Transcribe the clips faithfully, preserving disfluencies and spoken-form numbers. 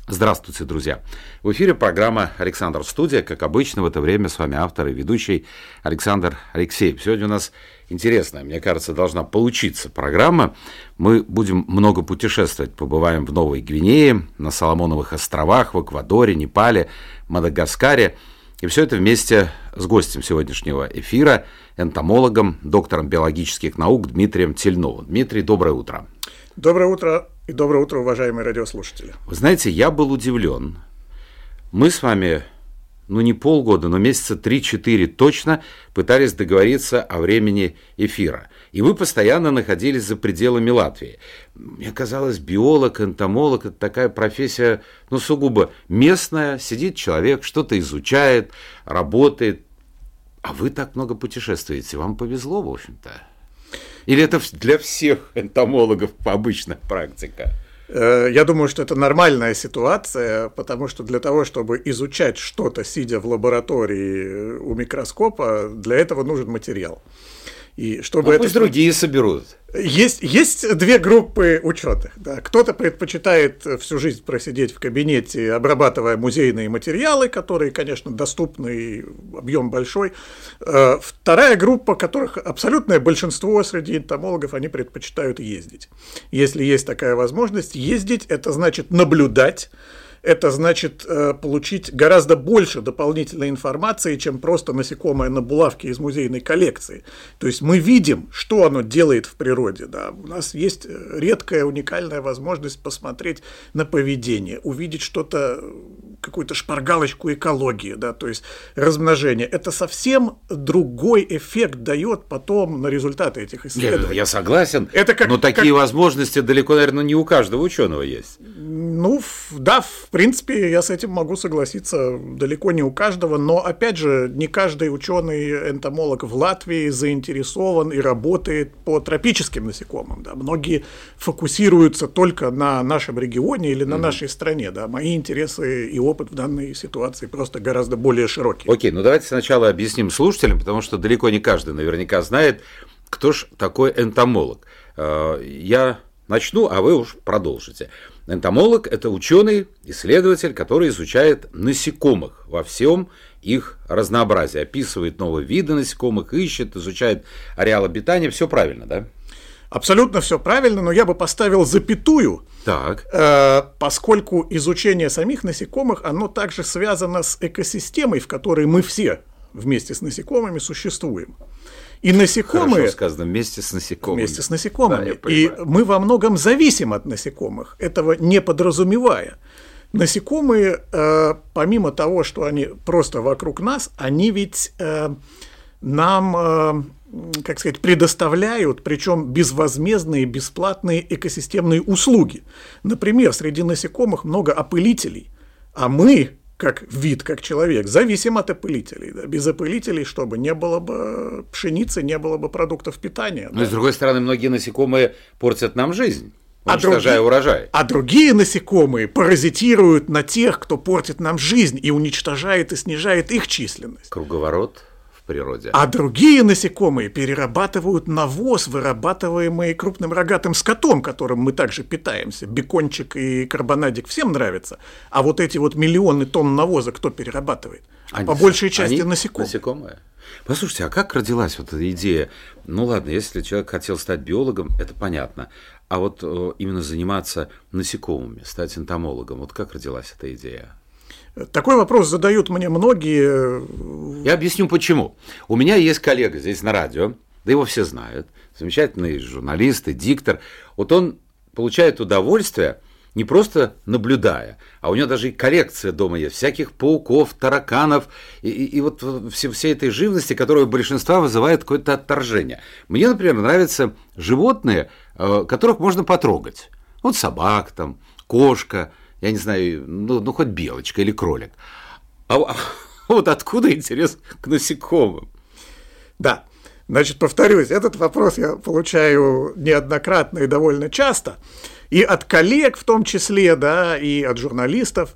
Здравствуйте, друзья! В эфире программа «Александр Студия». Как обычно, в это время с вами автор и ведущий Александр Алексеев. Сегодня у нас интересная, мне кажется, должна получиться программа. Мы будем много путешествовать, побываем в Новой Гвинее, на Соломоновых островах, в Эквадоре, Непале, Мадагаскаре. И все это вместе с гостем сегодняшнего эфира, энтомологом, доктором биологических наук Дмитрием Тельновым. Дмитрий, доброе утро. Доброе утро и доброе утро, уважаемые радиослушатели. Вы знаете, я был удивлен. Мы с вами, ну не полгода, но месяца три-четыре точно пытались договориться о времени эфира. И вы постоянно находились за пределами Латвии. Мне казалось, биолог, энтомолог – это такая профессия, ну сугубо местная. Сидит человек, что-то изучает, работает. А вы так много путешествуете. Вам повезло, в общем-то. Или это для всех энтомологов обычная практика? Я думаю, что это нормальная ситуация, потому что для того, чтобы изучать что-то, сидя в лаборатории у микроскопа, для этого нужен материал. И чтобы ну, это... пусть другие соберут. Есть, есть две группы ученых. Да. Кто-то предпочитает всю жизнь просидеть в кабинете, обрабатывая музейные материалы, которые, конечно, доступны, объем большой. Вторая группа, которых абсолютное большинство среди энтомологов, они предпочитают ездить. Если есть такая возможность, ездить – это значит наблюдать. Это значит э, получить гораздо больше дополнительной информации, чем просто насекомое на булавке из музейной коллекции. То есть мы видим, что оно делает в природе. Да. У нас есть редкая, уникальная возможность посмотреть на поведение, увидеть что-то, какую-то шпаргалочку экологии, да, то есть размножение. Это совсем другой эффект дает потом на результаты этих исследований. Нет, я согласен, это как, но такие как... возможности далеко, наверное, не у каждого ученого есть. Ну, да, в принципе, я с этим могу согласиться, далеко не у каждого, но, опять же, не каждый ученый-энтомолог в Латвии заинтересован и работает по тропическим насекомым, да. Многие фокусируются только на нашем регионе или на mm-hmm. нашей стране, да. Мои интересы и опыт в данной ситуации просто гораздо более широкий. Окей, ну давайте сначала объясним слушателям, потому что далеко не каждый наверняка знает, кто ж такой энтомолог. Я начну, а вы уж продолжите. Энтомолог – это ученый, исследователь, который изучает насекомых во всем их разнообразии, описывает новые виды насекомых, ищет, изучает ареал обитания. Все правильно, да? Абсолютно все правильно, но я бы поставил запятую, так. Э, поскольку изучение самих насекомых, оно также связано с экосистемой, в которой мы все вместе с насекомыми существуем. И насекомые... Хорошо сказано, вместе с насекомыми. Вместе с насекомыми. Да, и мы во многом зависим от насекомых, этого не подразумевая. Насекомые, э, помимо того, что они просто вокруг нас, они ведь э, нам, э, как сказать, предоставляют, причем безвозмездные, бесплатные экосистемные услуги. Например, среди насекомых много опылителей, а мы... как вид, как человек, зависим от опылителей. Да? Без опылителей, чтобы не было бы пшеницы, не было бы продуктов питания. Но, да? с другой стороны, многие насекомые портят нам жизнь, уничтожая а другие, урожай. А другие насекомые паразитируют на тех, кто портит нам жизнь, и уничтожает и снижает их численность. Круговорот в природе. А другие насекомые перерабатывают навоз, вырабатываемый крупным рогатым скотом, которым мы также питаемся. Бекончик и карбонадик всем нравятся. А вот эти вот миллионы тонн навоза кто перерабатывает? Они, По большей части они насекомые. насекомые. Послушайте, а как родилась вот эта идея? Ну ладно, если человек хотел стать биологом, это понятно. А вот э, именно заниматься насекомыми, стать энтомологом, вот как родилась эта идея? Такой вопрос задают мне многие. Я объясню почему. У меня есть коллега здесь на радио, да его все знают, замечательный журналист и диктор. Вот он получает удовольствие не просто наблюдая, а у него даже и коллекция дома есть, всяких пауков, тараканов, и, и, и вот все, всей этой живности, которая у большинства вызывает какое-то отторжение. Мне, например, нравятся животные, которых можно потрогать. Вот собак там, кошка, я не знаю, ну, ну хоть белочка или кролик. А, а вот откуда интерес к насекомым? Да, значит, повторюсь, этот вопрос я получаю неоднократно и довольно часто. И от коллег в том числе, да, и от журналистов.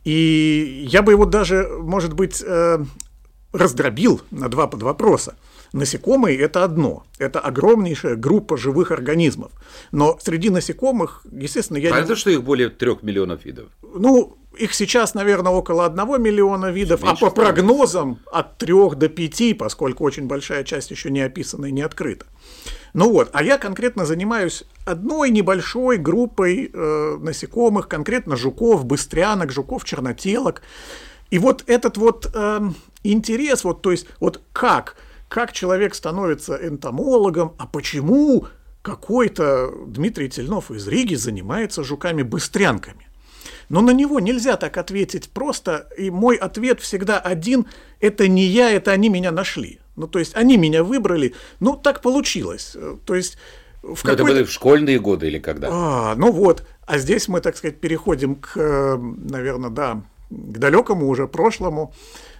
И я бы его даже, может быть, раздробил на два подвопроса. Насекомые – это одно, это огромнейшая группа живых организмов. Но среди насекомых, естественно, я… Понятно, не... что их более трех миллионов видов? Ну, их сейчас, наверное, около одного миллиона видов, меньше, а по прогнозам от трёх до пяти, поскольку очень большая часть еще не описана и не открыта. Ну вот, а я конкретно занимаюсь одной небольшой группой э, насекомых, конкретно жуков, быстрянок, жуков-чернотелок. И вот этот вот э, интерес, вот, то есть, вот как, как человек становится энтомологом, а почему какой-то Дмитрий Тельнов из Риги занимается жуками-быстрянками? Но на него нельзя так ответить просто, и мой ответ всегда один: это не я, это они меня нашли. Ну, то есть, они меня выбрали, ну, так получилось. То есть, в какой-то... Это были в школьные годы или когда? А, ну вот, а здесь мы, так сказать, переходим к, наверное, да, к далекому уже прошлому.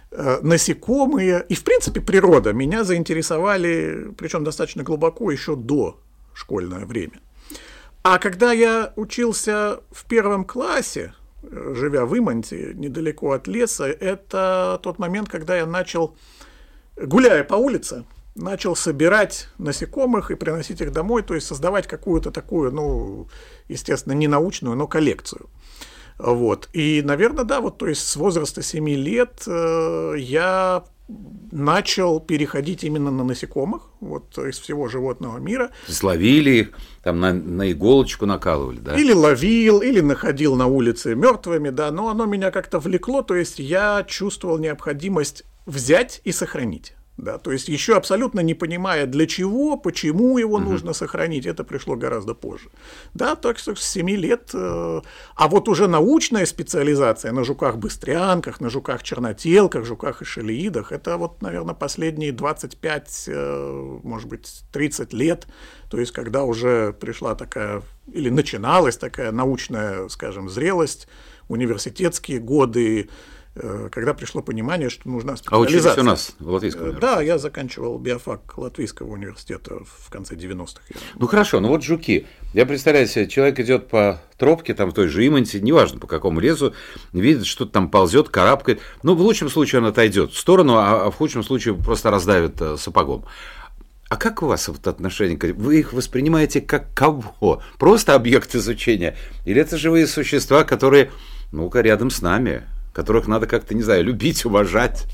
Насекомые и, в принципе, природа меня заинтересовали, причем достаточно глубоко, еще до школьное время. А когда я учился в первом классе, живя в Иманте, недалеко от леса, это тот момент, когда я начал, гуляя по улице, начал собирать насекомых и приносить их домой, то есть создавать какую-то такую, ну, естественно, не научную, но коллекцию. Вот. И, наверное, да, вот, то есть с возраста семи лет э, я начал переходить именно на насекомых, вот из всего животного мира. Словили их, там на, на иголочку накалывали, да? Или ловил, или находил на улице мертвыми, да, но оно меня как-то влекло, то есть я чувствовал необходимость взять и сохранить. Да, то есть еще абсолютно не понимая, для чего, почему его угу. нужно сохранить, это пришло гораздо позже. Да, так что с семи лет. Э, а вот уже научная специализация на жуках-быстрянках, на жуках-чернотелках, жуках-эшелеидах, это вот, наверное, последние двадцать пять, э, может быть, тридцать лет, то есть когда уже пришла такая, или начиналась такая научная, скажем, зрелость, университетские годы, когда пришло понимание, что нужна специализация. А учились у нас в Латвийском университете? Да, я заканчивал биофак Латвийского университета в конце девяностых. Ну хорошо, ну вот жуки. Я представляю себе, человек идет по тропке, там в той же Иманте, неважно по какому лесу, видит, что-то там ползет, карабкает. Ну, в лучшем случае он отойдет в сторону, а в худшем случае просто раздавит сапогом. А как у вас вот отношение? Вы их воспринимаете как кого? Просто объект изучения? Или это живые существа, которые, ну-ка, рядом с нами? Которых надо как-то, не знаю, любить, уважать?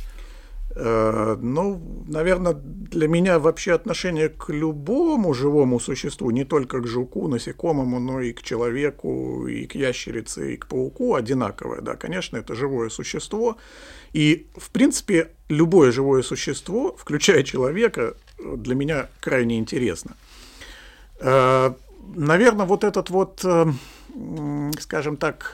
Э, ну, наверное, для меня вообще отношение к любому живому существу, не только к жуку, насекомому, но и к человеку, и к ящерице, и к пауку одинаковое. Да, конечно, это живое существо. И, в принципе, любое живое существо, включая человека, для меня крайне интересно. Э, наверное, вот этот вот, э, скажем так,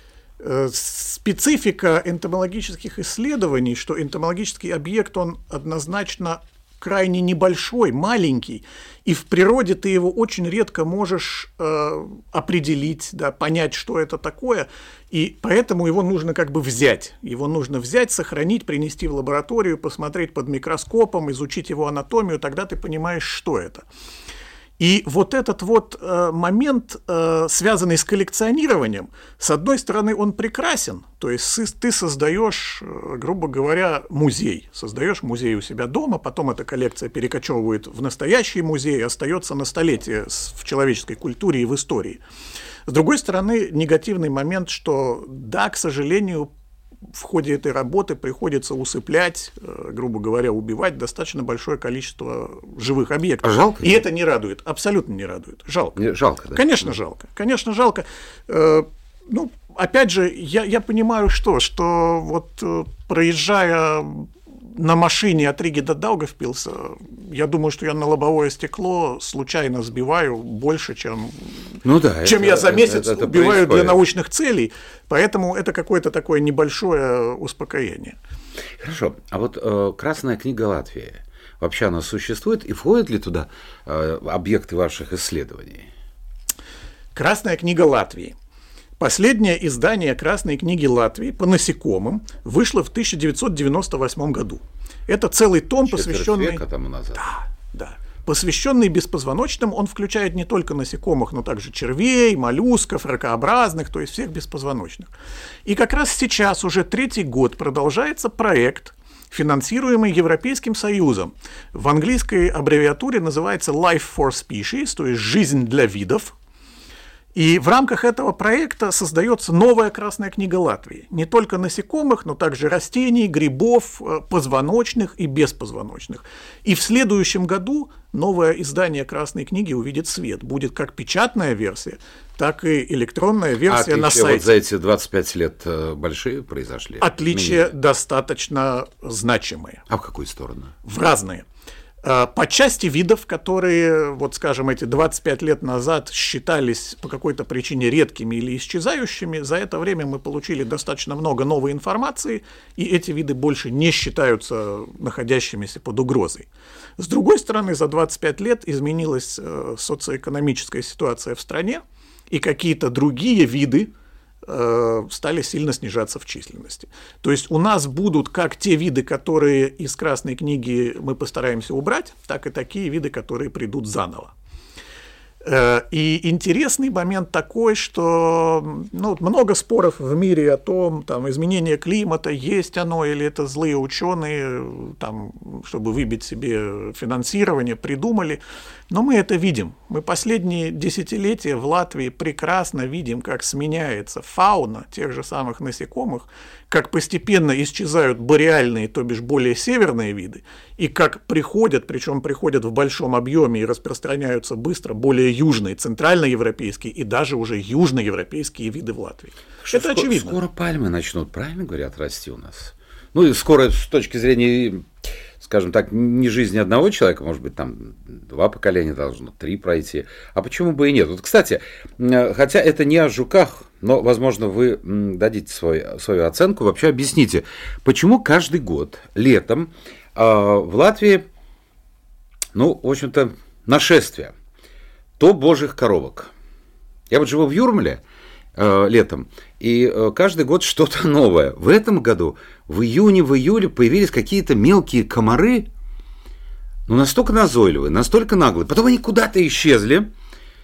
специфика энтомологических исследований, что энтомологический объект, он однозначно крайне небольшой, маленький, и в природе ты его очень редко можешь э, определить, да, понять, что это такое, и поэтому его нужно как бы взять. Его нужно взять, сохранить, принести в лабораторию, посмотреть под микроскопом, изучить его анатомию, тогда ты понимаешь, что это. И вот этот вот э, момент, э, связанный с коллекционированием, с одной стороны, он прекрасен, то есть ты создаешь, э, грубо говоря, музей, создаешь музей у себя дома, потом эта коллекция перекочевывает в настоящий музей, остается на столетие в человеческой культуре и в истории. С другой стороны, негативный момент, что да, к сожалению, в ходе этой работы приходится усыплять, грубо говоря, убивать достаточно большое количество живых объектов. А жалко? И это не радует, абсолютно не радует. Жалко. Жалко, да? Конечно, жалко. Конечно, жалко. Ну, опять же, я, я понимаю, что, что вот проезжая на машине от Риги до Даугавпилса, я думаю, что я на лобовое стекло случайно сбиваю больше, чем, ну да, чем это, я за месяц это, это убиваю происходит. Для научных целей. Поэтому это какое-то такое небольшое успокоение. Хорошо. А вот э, Красная книга Латвии, вообще она существует? И входят ли туда э, объекты ваших исследований? Красная книга Латвии. Последнее издание Красной книги Латвии по насекомым вышло в тысяча девятьсот девяносто восьмом году. Это целый том, Четверть посвященный... века тому назад. Да, да. Посвященный беспозвоночным, он включает не только насекомых, но также червей, моллюсков, ракообразных, то есть всех беспозвоночных. И как раз сейчас, уже третий год, продолжается проект, финансируемый Европейским Союзом. В английской аббревиатуре называется Life for Species, то есть «Жизнь для видов». И в рамках этого проекта создается новая Красная книга Латвии. Не только насекомых, но также растений, грибов, позвоночных и беспозвоночных. И в следующем году новое издание Красной книги увидит свет. Будет как печатная версия, так и электронная версия а на сайте. Вот за эти двадцать пять лет большие произошли? Отличия Минимум. достаточно значимые. А в какую сторону? В разные. По части видов, которые, вот скажем, эти двадцать пять лет назад считались по какой-то причине редкими или исчезающими, за это время мы получили достаточно много новой информации, и эти виды больше не считаются находящимися под угрозой. С другой стороны, за двадцать пять лет изменилась социоэкономическая ситуация в стране, и какие-то другие виды стали сильно снижаться в численности. То есть у нас будут как те виды, которые из Красной книги мы постараемся убрать, так и такие виды, которые придут заново. И интересный момент такой, что ну, много споров в мире о том, там, изменение климата, есть оно или это злые ученые, там, чтобы выбить себе финансирование, придумали. Но мы это видим. Мы последние десятилетия в Латвии прекрасно видим, как сменяется фауна тех же самых насекомых, как постепенно исчезают бореальные, то бишь более северные виды, и как приходят, причем приходят в большом объеме и распространяются быстро, более южные, центральноевропейские и даже уже южноевропейские виды в Латвии. Что это скоро, очевидно. Скоро пальмы начнут, правильно говорят, расти у нас? Ну и скоро с точки зрения, скажем так, не жизни одного человека, может быть, там два поколения должно, три пройти. А почему бы и нет? Вот, кстати, хотя это не о жуках, но, возможно, вы дадите свой, свою оценку, вообще объясните, почему каждый год летом э, в Латвии, ну, в общем-то, нашествие то божьих коровок. Я вот живу в Юрмале э, летом, и э, каждый год что-то новое. В этом году в июне, в июле появились какие-то мелкие комары, ну, настолько назойливые, настолько наглые. Потом они куда-то исчезли.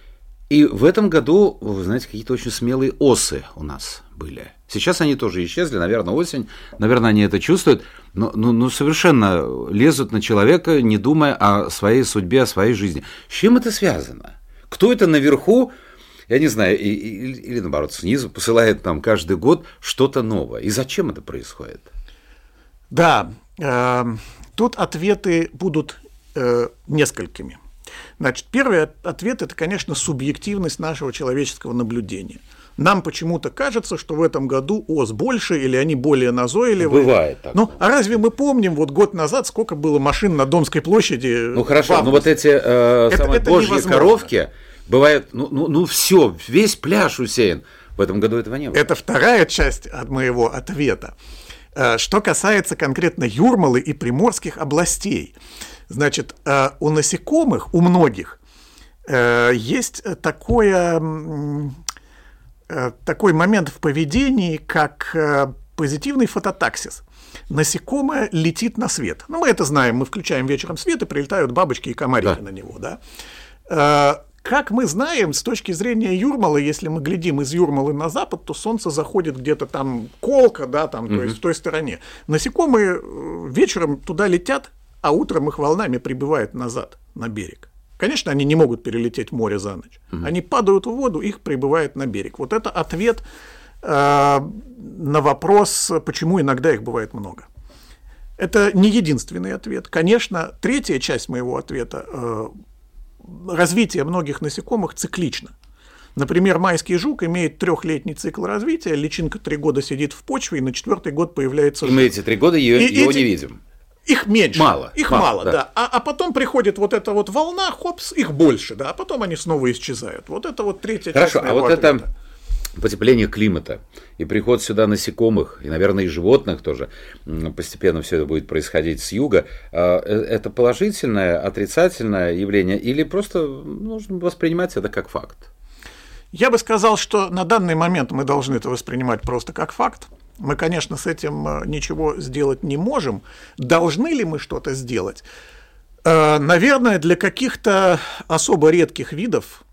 И в этом году, вы знаете, какие-то очень смелые осы у нас были. Сейчас они тоже исчезли, наверное, осень, наверное, они это чувствуют, но, но, но совершенно лезут на человека, не думая о своей судьбе, о своей жизни. С чем это связано? Кто это наверху, я не знаю, и, и, или наоборот, снизу посылает нам каждый год что-то новое? И зачем это происходит? Да, э, тут ответы будут э, несколькими. Значит, первый ответ – это, конечно, субъективность нашего человеческого наблюдения. Нам почему-то кажется, что в этом году ос больше или они более назойливые. Бывает так. Ну, а разве мы помним, вот год назад сколько было машин на Домской площади? Ну, хорошо, но вот эти э, это, самые это божьи невозможно. Коровки, бывает, ну, ну, ну все, весь пляж усеян. В этом году этого не было. Это вторая часть от моего ответа. Что касается конкретно Юрмалы и приморских областей. Значит, у насекомых, у многих, есть такое, такой момент в поведении, как позитивный фототаксис. Насекомое летит на свет. Ну, мы это знаем, мы включаем вечером свет, и прилетают бабочки и комарики да. на него. Да? Как мы знаем, с точки зрения Юрмалы, если мы глядим из Юрмалы на запад, то солнце заходит где-то там колко, да, там, mm-hmm. то есть в той стороне. Насекомые вечером туда летят, а утром их волнами прибывает назад, на берег. Конечно, они не могут перелететь море за ночь. Mm-hmm. Они падают в воду, их прибывает на берег. Вот это ответ э, на вопрос, почему иногда их бывает много. Это не единственный ответ. Конечно, третья часть моего ответа э, – развитие многих насекомых циклично. Например, майский жук имеет трехлетний цикл развития, личинка три года сидит в почве, и на четвертый год появляется жук. И мы эти три года ее, его эти... не видим. Их меньше, мало, их мало, мало, да. да. А, а потом приходит вот эта вот волна, хопс, их больше, да, а потом они снова исчезают. Вот это вот третья часть. Хорошо, а вот ответа. Это потепление климата и приход сюда насекомых, и, наверное, и животных тоже, постепенно все это будет происходить с юга, это положительное, отрицательное явление или просто нужно воспринимать это как факт? Я бы сказал, что на данный момент мы должны это воспринимать просто как факт. Мы, конечно, с этим ничего сделать не можем. Должны ли мы что-то сделать? Наверное, для каких-то особо редких видов,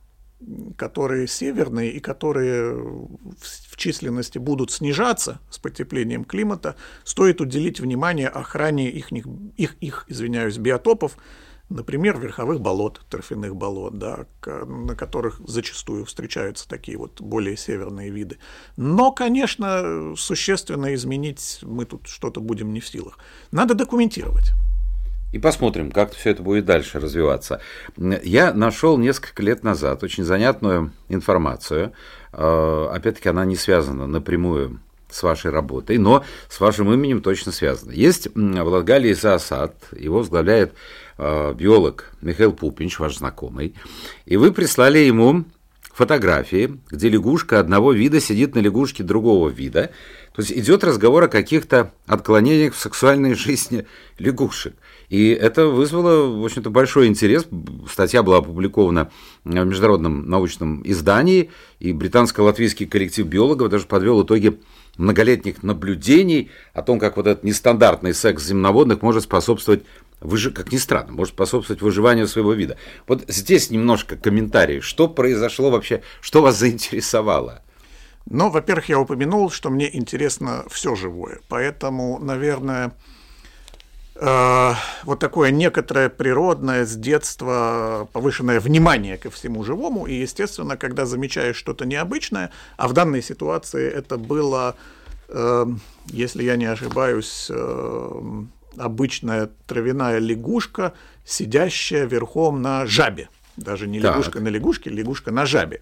которые северные и которые в численности будут снижаться с потеплением климата, стоит уделить внимание охране их, их, их извиняюсь, биотопов, например, верховых болот, торфяных болот, да, на которых зачастую встречаются такие вот более северные виды. Но, конечно, существенно изменить мы тут что-то будем не в силах. Надо документировать. И посмотрим, как все это будет дальше развиваться. Я нашел несколько лет назад очень занятную информацию. Опять-таки, она не связана напрямую с вашей работой, но с вашим именем точно связана. Есть в Латгалии зоосад, его возглавляет биолог Михаил Пупинч, ваш знакомый, и вы прислали ему фотографии, где лягушка одного вида сидит на лягушке другого вида. То есть идет разговор о каких-то отклонениях в сексуальной жизни лягушек. И это вызвало, в общем-то, большой интерес. Статья была опубликована в международном научном издании, и британско-латвийский коллектив биологов даже подвел итоги многолетних наблюдений о том, как вот этот нестандартный секс земноводных может способствовать, выжи... как ни странно, может способствовать выживанию своего вида. Вот здесь немножко комментарий. Что произошло вообще, что вас заинтересовало? Ну, во-первых, я упомянул, что мне интересно все живое, поэтому, наверное, э, вот такое некоторое природное с детства повышенное внимание ко всему живому, и, естественно, когда замечаешь что-то необычное, а в данной ситуации это было, э, если я не ошибаюсь, э, обычная травяная лягушка, сидящая верхом на жабе, даже не так. лягушка на лягушке, лягушка на жабе.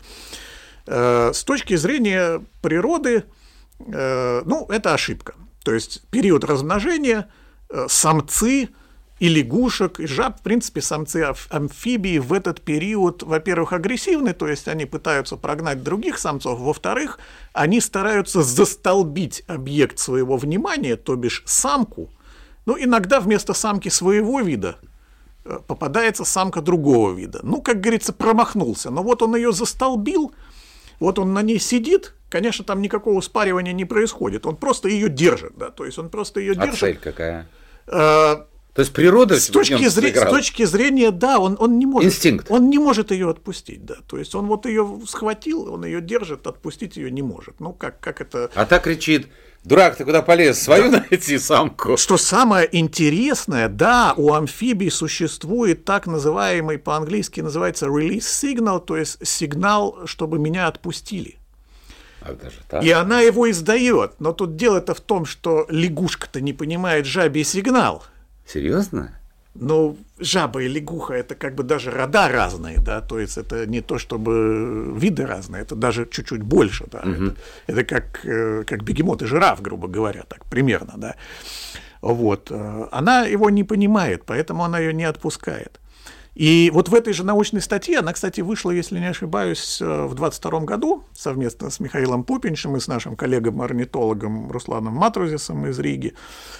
С точки зрения природы, ну, это ошибка. То есть период размножения, самцы и лягушек, и жаб, в принципе, самцы амфибии в этот период, во-первых, агрессивны, то есть они пытаются прогнать других самцов, во-вторых, они стараются застолбить объект своего внимания, то бишь самку, ну, иногда вместо самки своего вида попадается самка другого вида. Ну, как говорится, промахнулся, но вот он ее застолбил, вот он на ней сидит, конечно, там никакого спаривания не происходит, он просто ее держит, да, то есть он просто ее держит. А цель какая? А, то есть природа с точки, зрения, с точки зрения, да, он, он не может. Инстинкт. Он не может ее отпустить, да, то есть он вот ее схватил, он ее держит, отпустить ее не может. Ну, как, как это... А так кричит: дурак, ты куда полез? Свою да. найти самку. Что самое интересное, да, у амфибий существует так называемый, по-английски называется release signal, то есть сигнал, чтобы меня отпустили. А даже так? И она его издает. Но тут дело-то в том, что лягушка-то не понимает жабий сигнал. Серьезно? Ну, жаба и лягуха — это как бы даже рода разные, да, то есть это не то, чтобы виды разные, это даже чуть-чуть больше, да, угу. это, это как, как бегемот и жираф, грубо говоря, так примерно, да, вот, она его не понимает, поэтому она ее не отпускает. И вот в этой же научной статье, она, кстати, вышла, если не ошибаюсь, в двадцать втором году совместно с Михаилом Пупинчем и с нашим коллегом-орнитологом Русланом Матрузисом из Риги.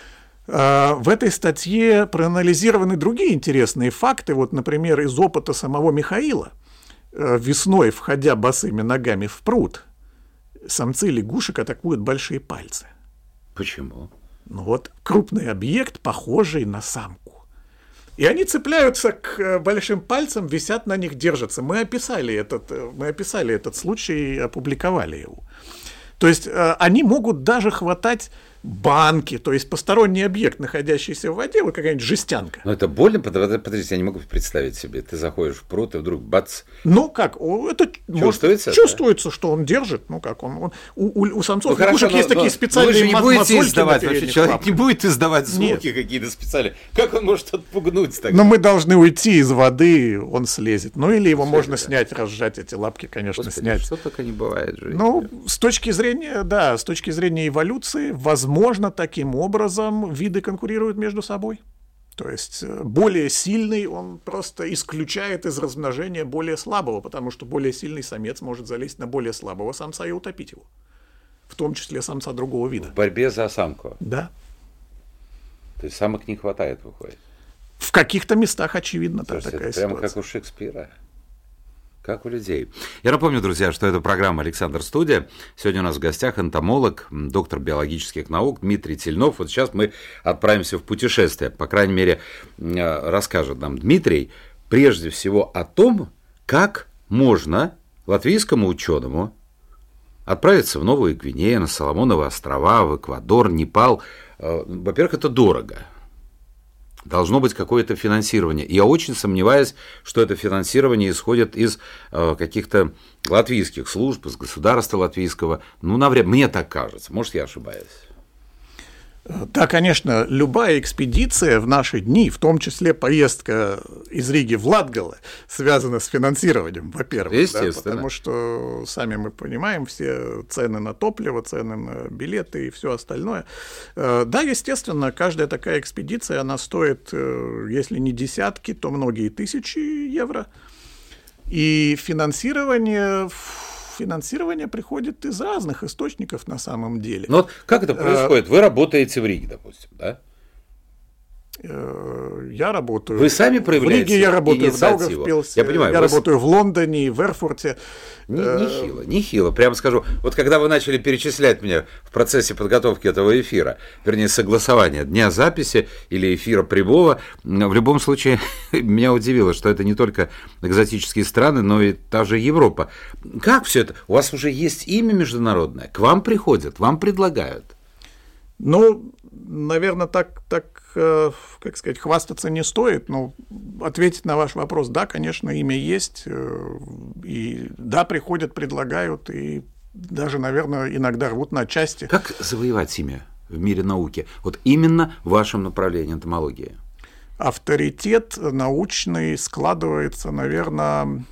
В этой статье проанализированы другие интересные факты. Вот, например, из опыта самого Михаила. Весной, входя босыми ногами в пруд, самцы лягушек атакуют большие пальцы. Почему? Ну вот крупный объект, похожий на самку. И они цепляются к большим пальцам, висят на них, держатся. Мы описали этот, мы описали этот случай и опубликовали его. То есть они могут даже хватать банки, то есть посторонний объект, находящийся в воде, вот какая-нибудь жестянка. Но это больно, подождите, я не могу представить себе. Ты заходишь в пруд, и вдруг бац. Ну как, это чувствуется, может, чувствуется, что он держит, ну как, он, он у, у самцов ну, лягушек есть но, такие специальные мозольки. Вы же не будете издавать, вообще человек лапах. Не будет издавать звуки Нет. какие-то специальные. Как он может отпугнуть тогда? Но мы должны уйти из воды, он слезет. Ну или его Все можно это. снять, разжать эти лапки, конечно, Господи, снять. Что только не бывает же. Ну, с точки зрения, да, с точки зрения эволюции, возможно, Возможно, таким образом виды конкурируют между собой. То есть более сильный он просто исключает из размножения более слабого, потому что более сильный самец может залезть на более слабого самца и утопить его. В том числе самца другого вида. В борьбе за самку? Да. То есть самок не хватает, выходит? В каких-то местах, очевидно, да, такая это ситуация. Прямо как у Шекспира. Как у людей. Я напомню, друзья, что это программа «Александр Студия». Сегодня у нас в гостях энтомолог, доктор биологических наук Дмитрий Тельнов. Вот сейчас мы отправимся в путешествие. По крайней мере, расскажет нам Дмитрий прежде всего о том, как можно латвийскому ученому отправиться в Новую Гвинею, на Соломоновы острова, в Эквадор, Непал, во-первых, это дорого. Должно быть какое-то финансирование. Я очень сомневаюсь, что это финансирование исходит из каких-то латвийских служб, из государства латвийского. Ну, навряд, мне так кажется. Может, я ошибаюсь. Да, конечно, любая экспедиция в наши дни, в том числе поездка из Риги в Латгале, связана с финансированием, во-первых. Естественно. Да, потому что, сами мы понимаем, все цены на топливо, цены на билеты и все остальное. Да, естественно, каждая такая экспедиция, она стоит, если не десятки, то многие тысячи евро. И финансирование... Финансирование приходит из разных источников на самом деле. Ну вот как это происходит? Вы работаете в Риге, допустим, да? Я работаю. Вы сами проявляете в Риге, я работаю инициативу. в Даугавпилсе, Я понимаю, я вас... работаю в Лондоне, в Эрфурте. Нехило, нехило. Прямо скажу, вот когда вы начали перечислять мне в процессе подготовки этого эфира, вернее, согласования дня записи или эфира прямого, в любом случае меня удивило, что это не только экзотические страны, но и та же Европа. Как все это? У вас уже есть имя международное, к вам приходят, вам предлагают. Ну, наверное, так, так, как сказать, хвастаться не стоит, но ответить на ваш вопрос, да, конечно, имя есть, и да, приходят, предлагают, и даже, наверное, иногда рвут на части. Как завоевать имя в мире науки? Вот именно в вашем направлении энтомологии. Авторитет научный складывается, наверное,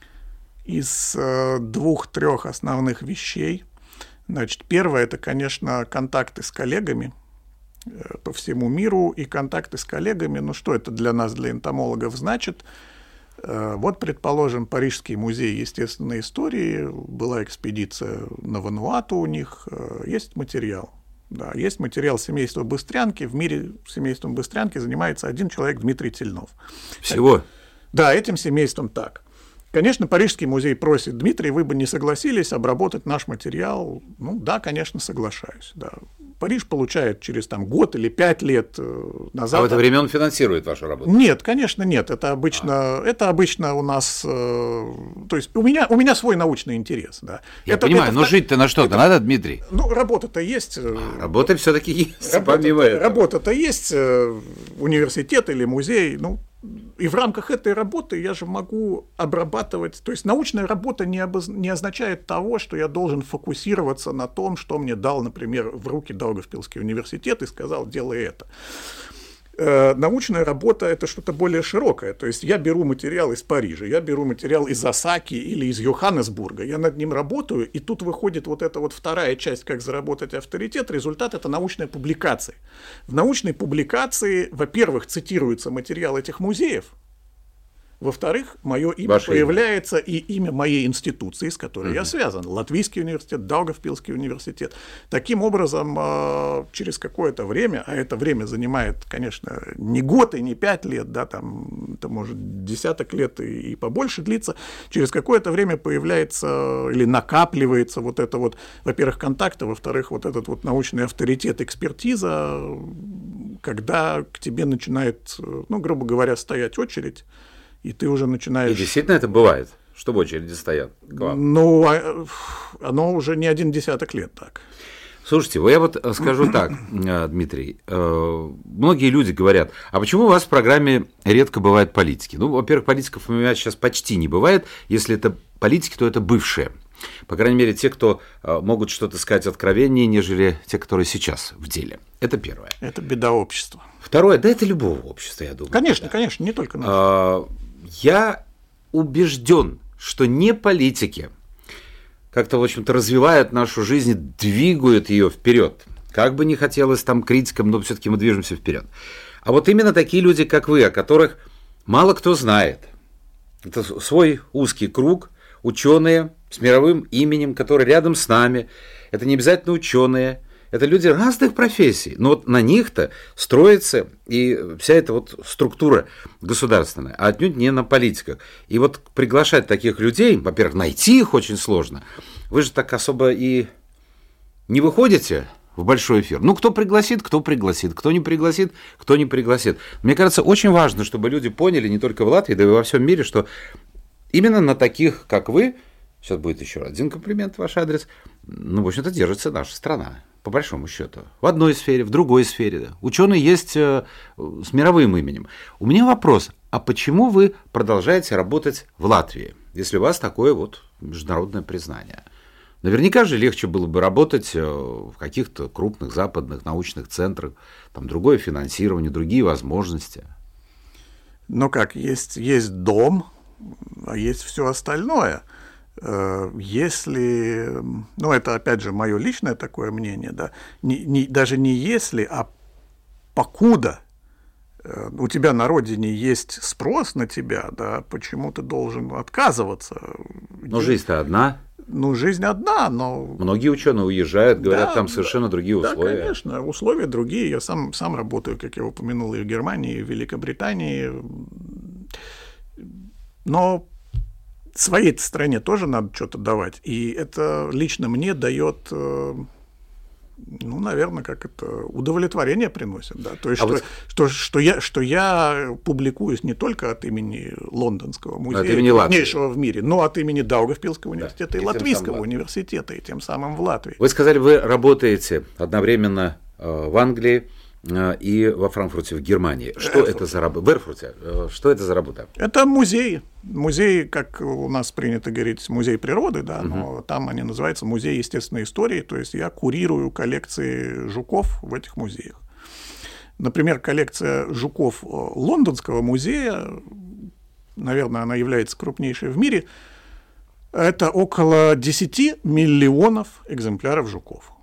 из двух-трех основных вещей. Значит, первое – это, конечно, контакты с коллегами по всему миру, и контакты с коллегами, ну что это для нас, для энтомологов, значит? Вот, предположим, Парижский музей естественной истории, была экспедиция на Вануату у них, есть материал. Да, есть материал семейства Быстрянки, в мире семейством Быстрянки занимается один человек, Дмитрий Тельнов. Всего? Да, этим семейством так. Конечно, Парижский музей просит: Дмитрий, вы бы не согласились обработать наш материал? Ну да, конечно, соглашаюсь. Да. Париж получает через там, год или пять лет назад. А в это время он финансирует вашу работу? Нет, конечно, нет. Это обычно, а. это обычно у нас... Э, то есть у меня, у меня свой научный интерес. Да. Я это, понимаю, это, но жить-то на что-то это, надо, Дмитрий? Ну, работа-то есть. А, работа все-таки есть, работа, помимо этого. Работа-то есть, университет или музей, ну, и в рамках этой работы я же могу обрабатывать, то есть научная работа не, обоз... не означает того, что я должен фокусироваться на том, что мне дал, например, в руки Даугавпилский университет и сказал: делай это. Э, научная работа – это что-то более широкое, то есть я беру материал из Парижа, я беру материал из Осаки или из Йоханнесбурга, я над ним работаю, и тут выходит вот эта вот вторая часть, как заработать авторитет, результат – это научная публикация. В научной публикации, во-первых, цитируется материал этих музеев, во-вторых, мое имя Ваше появляется имя. И имя моей институции, с которой угу. я связан. Латвийский университет, Даугавпилский университет. Таким образом, через какое-то время, а это время занимает, конечно, не год и не пять лет, да, там, это может десяток лет и, и побольше длиться, через какое-то время появляется или накапливается вот это вот, во-первых, контакт, а во-вторых, вот этот вот научный авторитет, экспертиза, когда к тебе начинает, ну, грубо говоря, стоять очередь, и ты уже начинаешь... И действительно это бывает, что в очереди стоят к вам? Ну, оно уже не один десяток лет так. Слушайте, я вот скажу так, Дмитрий, многие люди говорят: а почему у вас в программе редко бывают политики? Ну, во-первых, политиков у меня сейчас почти не бывает, если это политики, то это бывшие. По крайней мере, те, кто могут что-то сказать откровеннее, нежели те, которые сейчас в деле. Это первое. Это беда общества. Второе, да это любого общества, я думаю. Конечно, да. конечно, не только нашего. Я убежден, что не политики как-то, в общем-то, развивают нашу жизнь, двигают ее вперед. Как бы ни хотелось там критикам, но все-таки мы движемся вперед. А вот именно такие люди, как вы, о которых мало кто знает. Это свой узкий круг, ученые с мировым именем, которые рядом с нами. Это не обязательно ученые. Это люди разных профессий, но вот на них-то строится и вся эта вот структура государственная, а отнюдь не на политиках. И вот приглашать таких людей, во-первых, найти их очень сложно. Вы же так особо и не выходите в большой эфир. Ну, кто пригласит, кто пригласит, кто не пригласит, кто не пригласит. Мне кажется, очень важно, чтобы люди поняли не только в Латвии, да и во всем мире, что именно на таких, как вы, сейчас будет еще один комплимент в ваш адрес, ну, в общем-то, держится наша страна, по большому счету. В одной сфере, в другой сфере. Да. Ученые есть э, с мировым именем. У меня вопрос, а почему вы продолжаете работать в Латвии, если у вас такое вот международное признание? Наверняка же легче было бы работать в каких-то крупных западных научных центрах, там другое финансирование, другие возможности. Ну как, есть, есть дом, а есть все остальное. Если, ну это опять же мое личное такое мнение, да, не, не, даже не если, а покуда у тебя на родине есть спрос на тебя, да, почему ты должен отказываться? Но жизнь-то одна. Ну, жизнь одна, но... Многие ученые уезжают, говорят, да, там совершенно другие да, условия. Да, конечно, условия другие. Я сам, сам работаю, как я упомянул, и в Германии, и в Великобритании. Но своей стране тоже надо что-то давать. И это лично мне дает... Ну, наверное, как это удовлетворение приносит, да. То есть, а что, вот... что, что, я, что я публикуюсь не только от имени Лондонского музея, крупнейшего в мире, но от имени Даугавпилского университета, да, и, и Латвийского университета, и тем самым в Латвии. Вы сказали, вы работаете одновременно в Англии и во Франкфурте в Германии. Что Эрфурте. это за работа? В Эрфурте. Что это за работа? Это музей. Музей, как у нас принято говорить, музей природы, да, но угу. там они называются музей естественной истории, то есть я курирую коллекции жуков в этих музеях. Например, коллекция жуков Лондонского музея, наверное, она является крупнейшей в мире, это около десять миллионов экземпляров жуков.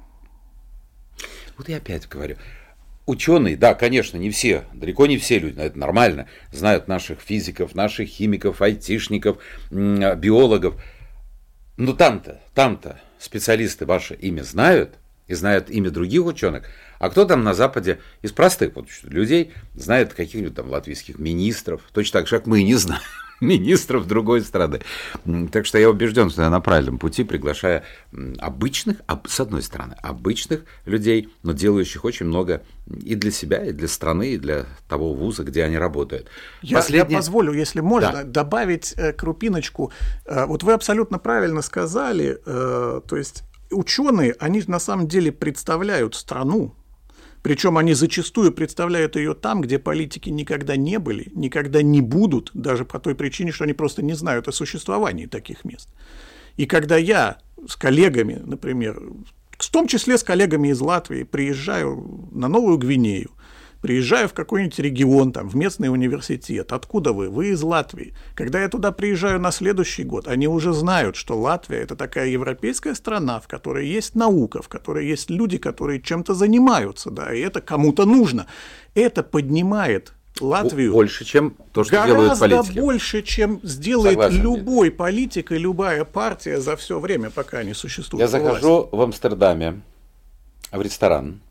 Вот я опять говорю. Ученые, да, конечно, не все, далеко не все люди, это нормально, знают наших физиков, наших химиков, айтишников, биологов. Но там-то, там-то специалисты ваше имя знают и знают имя других ученых. А кто там на Западе из простых вот, людей знает каких-нибудь там латвийских министров, точно так же, как мы не знаем министров другой страны. Так что я убежден, что я на правильном пути, приглашая обычных, с одной стороны, обычных людей, но делающих очень много и для себя, и для страны, и для того вуза, где они работают. Я, Последнее... я позволю, если можно, да. добавить крупиночку. Вот вы абсолютно правильно сказали, то есть ученые, они на самом деле представляют страну. Причем они зачастую представляют ее там, где политики никогда не были, никогда не будут, даже по той причине, что они просто не знают о существовании таких мест. И когда я с коллегами, например, в том числе с коллегами из Латвии, приезжаю на Новую Гвинею, приезжаю в какой-нибудь регион, там, в местный университет. Откуда вы? Вы из Латвии. Когда я туда приезжаю на следующий год, они уже знают, что Латвия – это такая европейская страна, в которой есть наука, в которой есть люди, которые чем-то занимаются, да, и это кому-то нужно. Это поднимает Латвию больше, чем то, что делают политики. Гораздо больше, чем сделает Согласен, любой нет. политик и любая партия за все время, пока они существуют. Я захожу в Амстердаме в ресторан,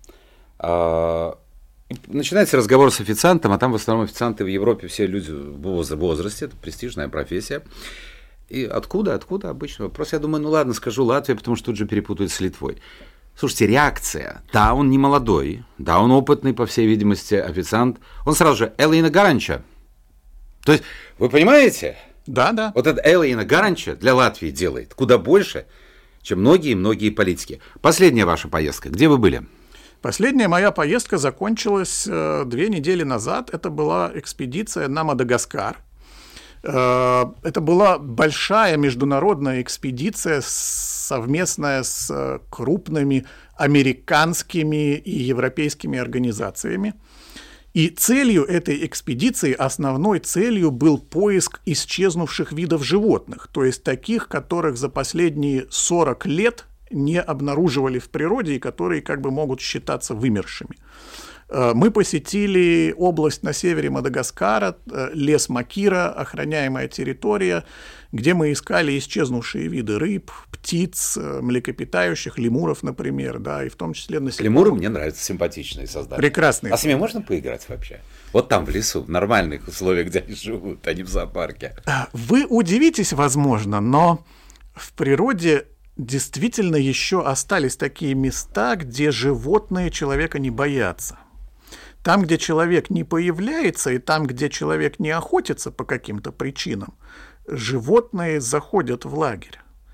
начинается разговор с официантом, а там в основном официанты в Европе все люди в возрасте, это престижная профессия. И откуда, откуда обычно вопрос? Я думаю, ну ладно, скажу Латвия, потому что тут же перепутают с Литвой. Слушайте, реакция. Да, он не молодой, да, он опытный, по всей видимости, официант. Он сразу же Элина Гаранча. То есть, вы понимаете? Да, да. Вот это Элина Гаранча для Латвии делает куда больше, чем многие-многие политики. Последняя ваша поездка. Где вы были? Последняя моя поездка закончилась э, две недели назад. Это была экспедиция на Мадагаскар. Э, это была большая международная экспедиция, совместная с крупными американскими и европейскими организациями. И целью этой экспедиции, основной целью был поиск исчезнувших видов животных, то есть таких, которых за последние сорок лет не обнаруживали в природе и которые как бы могут считаться вымершими. Мы посетили область на севере Мадагаскара, лес Макира, охраняемая территория, где мы искали исчезнувшие виды рыб, птиц, млекопитающих, лемуров, например, да, и в том числе насекомых. Лемуры мне нравятся, симпатичные создания. Прекрасные. А с ними можно поиграть вообще? Вот там, в лесу, в нормальных условиях, где они живут, а не в зоопарке. Вы удивитесь, возможно, но в природе действительно еще остались такие места, где животные человека не боятся. Там, где человек не появляется, и там, где человек не охотится по каким-то причинам, животные заходят в лагерь.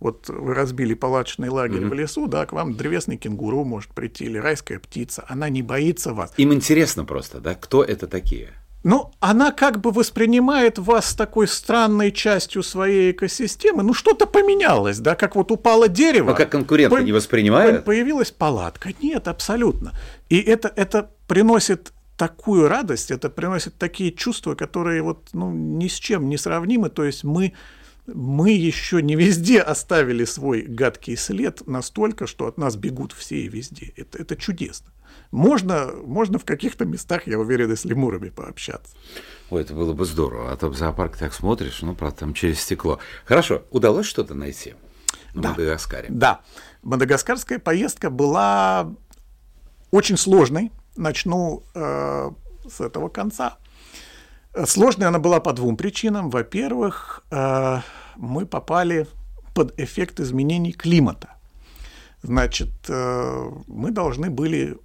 Вот вы разбили палаточный лагерь mm-hmm. в лесу, да, к вам древесный кенгуру может прийти, или райская птица, она не боится вас. Им интересно просто, да, кто это такие? Ну, она как бы воспринимает вас с такой странной частью своей экосистемы. Ну, что-то поменялось, да, как вот упало дерево. Но как конкурента по- не воспринимает? Появилась палатка. Нет, абсолютно. И это, это приносит такую радость, это приносит такие чувства, которые вот, ну, ни с чем не сравнимы. То есть мы, мы еще не везде оставили свой гадкий след настолько, что от нас бегут все и везде. Это, это чудесно. Можно, можно в каких-то местах, я уверен, и с лемурами пообщаться. Ой, это было бы здорово. А то в зоопарк так смотришь, ну, правда, там через стекло. Хорошо, удалось что-то найти на да. Мадагаскаре? Да. Мадагаскарская поездка была очень сложной. Начну э, с этого конца. Сложной она была по двум причинам. Во-первых, э, мы попали под эффект изменений климата. Значит, э, мы должны были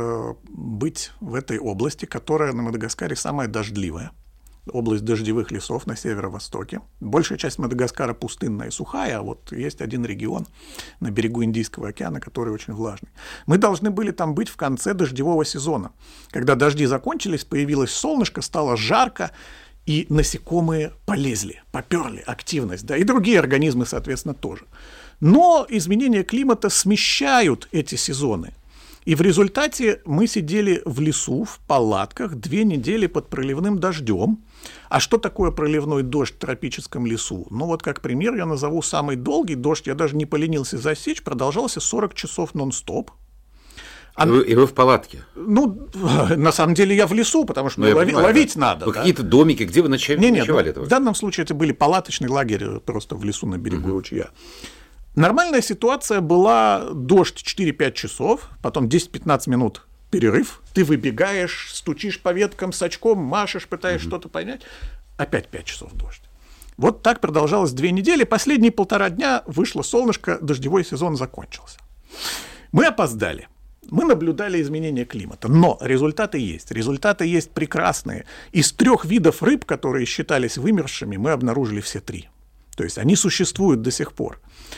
быть в этой области, которая на Мадагаскаре самая дождливая. Область дождевых лесов на северо-востоке. Большая часть Мадагаскара пустынная и сухая, а вот есть один регион на берегу Индийского океана, который очень влажный. Мы должны были там быть в конце дождевого сезона. Когда дожди закончились, появилось солнышко, стало жарко, и насекомые полезли, поперли, активность, да, и другие организмы, соответственно, тоже. Но изменения климата смещают эти сезоны. И в результате мы сидели в лесу, в палатках, две недели под проливным дождем. А что такое проливной дождь в тропическом лесу? Ну вот как пример я назову самый долгий дождь, я даже не поленился засечь, продолжался сорок часов нон-стоп. А... И, вы, и вы в палатке? Ну, на самом деле я в лесу, потому что ну, лови, понимаю, ловить да. надо. Вы да? Какие-то домики, где вы ночевали? Не, не, ночевали ну, в данном случае это были палаточный лагерь просто в лесу на берегу uh-huh. ручья. Нормальная ситуация была дождь четыре-пять часов, потом десять-пятнадцать минут перерыв, ты выбегаешь, стучишь по веткам с очком, машешь, пытаешься mm-hmm. что-то понять, опять пять часов дождь. Вот так продолжалось две недели, последние полтора дня вышло солнышко, дождевой сезон закончился. Мы опоздали, мы наблюдали изменения климата, но результаты есть, результаты есть прекрасные. Из трех видов рыб, которые считались вымершими, мы обнаружили все три, то есть они существуют до сих пор.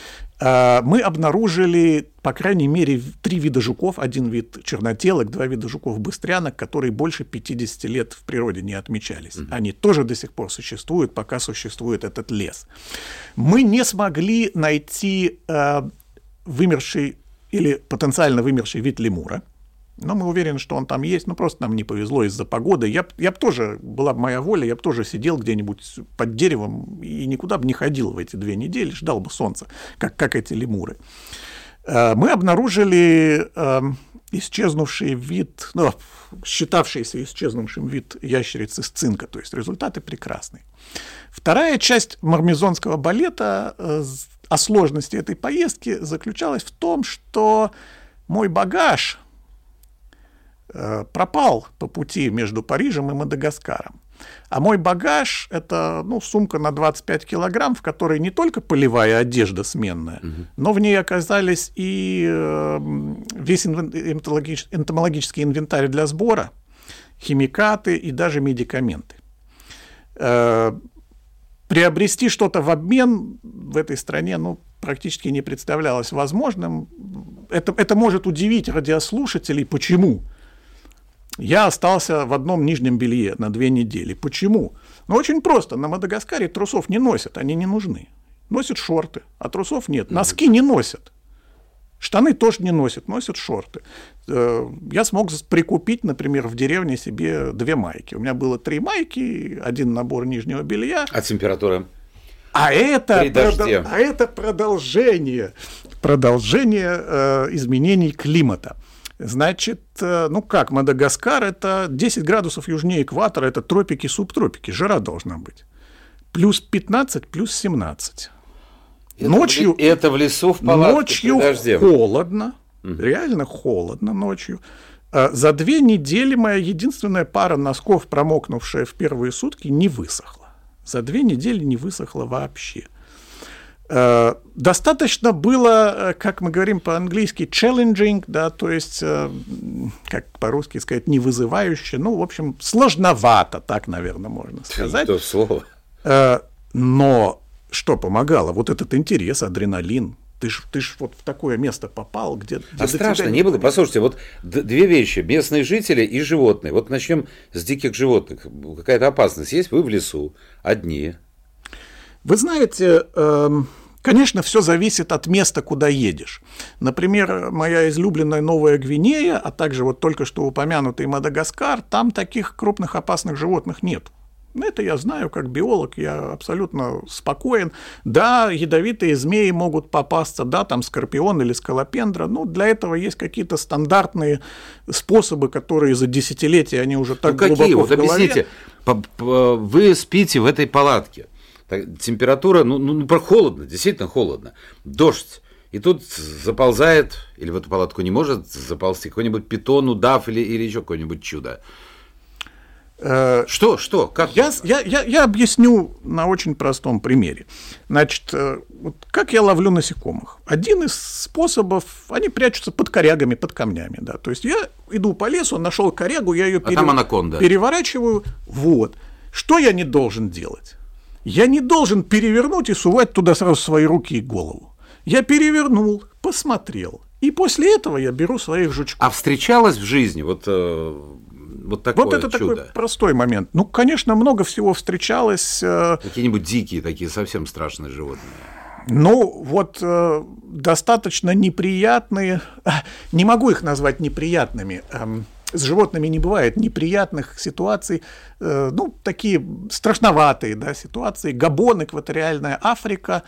Мы обнаружили, по крайней мере, три вида жуков. Один вид чернотелок, два вида жуков-быстрянок, которые больше пятьдесят лет в природе не отмечались. Mm-hmm. Они тоже до сих пор существуют, пока существует этот лес. Мы не смогли найти э, вымерший или потенциально вымерший вид лемура. Но мы уверены, что он там есть, но просто нам не повезло из-за погоды. Я, я бы тоже, была бы моя воля, я бы тоже сидел где-нибудь под деревом и никуда бы не ходил в эти две недели, ждал бы солнца, как, как эти лемуры. Мы обнаружили э, исчезнувший вид, ну, считавшийся исчезнувшим вид ящерицы сцинка, то есть результаты прекрасные. Вторая часть мармезонского балета э, о сложности этой поездки заключалась в том, что мой багаж пропал по пути между Парижем и Мадагаскаром. А мой багаж – это ну, сумка на двадцать пять килограмм, в которой не только полевая одежда сменная, угу. но в ней оказались и весь энтомологический инвентарь для сбора, химикаты и даже медикаменты. Приобрести что-то в обмен в этой стране ну, практически не представлялось возможным. Это, это может удивить радиослушателей. Почему? Я остался в одном нижнем белье на две недели. Почему? Ну, очень просто. На Мадагаскаре трусов не носят, они не нужны. Носят шорты, а трусов нет. Носки не носят. Штаны тоже не носят, носят шорты. Я смог прикупить, например, в деревне себе две майки. У меня было три майки, один набор нижнего белья. А температура? А это, продол- а это продолжение, продолжение э, изменений климата. Значит, ну как, Мадагаскар – это десять градусов южнее экватора, это тропики, субтропики, жара должна быть. Плюс пятнадцать, плюс семнадцать. Это, ночью, в, это в лесу в палатке ночью при дожде. Холодно, угу. реально холодно ночью. За две недели моя единственная пара носков, промокнувшая в первые сутки, не высохла. За две недели не высохла вообще. Достаточно было, как мы говорим по-английски, challenging, да, то есть, как по-русски сказать, не вызывающе, ну, в общем, сложновато, так, наверное, можно сказать. То слово. Но что помогало? Вот этот интерес, адреналин. Ты ж, ты ж вот в такое место попал, где... где а страшно не было? Послушайте, вот две вещи. Местные жители и животные. Вот начнем с диких животных. Какая-то опасность есть? Вы в лесу, одни. Вы знаете, конечно, все зависит от места, куда едешь. Например, моя излюбленная Новая Гвинея, а также вот только что упомянутый Мадагаскар, там таких крупных опасных животных нет. Это я знаю как биолог, я абсолютно спокоен. Да, ядовитые змеи могут попасться, да, там скорпион или скалопендра, но для этого есть какие-то стандартные способы, которые за десятилетия, они уже так ну, глубоко какие? Вот в голове. Объясните, вы спите в этой палатке, температура, ну, ну, холодно, действительно холодно, дождь. И тут заползает, или в эту палатку не может заползти какой-нибудь питон, удав или, или еще какое-нибудь чудо. Что, что, как? Я, я, я, я объясню на очень простом примере. Значит, вот как я ловлю насекомых? Один из способов, они прячутся под корягами, под камнями. Да? То есть я иду по лесу, нашел корягу, я ее а перев... анаконда. переворачиваю. Вот. Что я не должен делать? Я не должен перевернуть и сувать туда сразу свои руки и голову. Я перевернул, посмотрел. И после этого я беру своих жучков. А встречалось в жизни вот... Э... Вот, такое вот это чудо. Такой простой момент. Ну, конечно, много всего встречалось. Какие-нибудь дикие, такие совсем страшные животные. Ну, вот э, достаточно неприятные, не могу их назвать неприятными, э, с животными не бывает неприятных ситуаций, э, ну, такие страшноватые, да, ситуации. Габон, экваториальная Африка,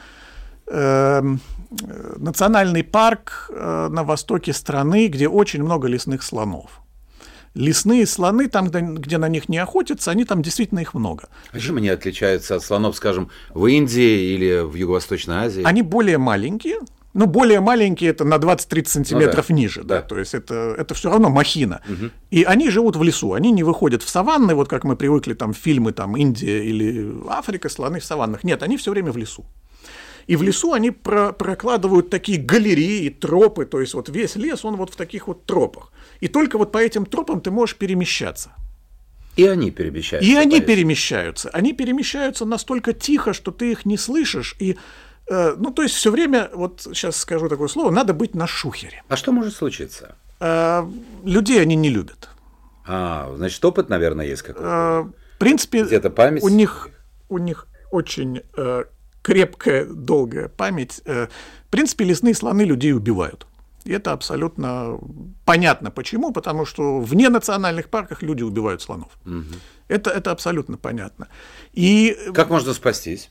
э, национальный парк э, на востоке страны, где очень много лесных слонов. Лесные слоны, там, где на них не охотятся, они там действительно их много. А чем они отличаются от слонов, скажем, в Индии или в Юго-Восточной Азии? Они более маленькие, ну, более маленькие это на двадцать-тридцать сантиметров ну, да. ниже, да. Да. То есть это, это все равно махина. Угу. И они живут в лесу, они не выходят в саванны, вот как мы привыкли, там, фильмы, там, Индия или Африка, слоны в саваннах. Нет, они все время в лесу. И в лесу они про- прокладывают такие галереи, тропы, то есть вот весь лес, он вот в таких вот тропах. И только вот по этим тропам ты можешь перемещаться. И они перемещаются. И они перемещаются. Они перемещаются настолько тихо, что ты их не слышишь. И, э, ну, то есть все время, вот сейчас скажу такое слово, надо быть на шухере. А что может случиться? Э, людей они не любят. А, значит, опыт, наверное, есть какой-то. Э, в принципе, где-то память. У них, у них очень... Э, крепкая, долгая память. В принципе, лесные слоны людей убивают. И это абсолютно понятно. Почему? Потому что вне национальных парков люди убивают слонов. Угу. Это, это абсолютно понятно. И... Как можно спастись?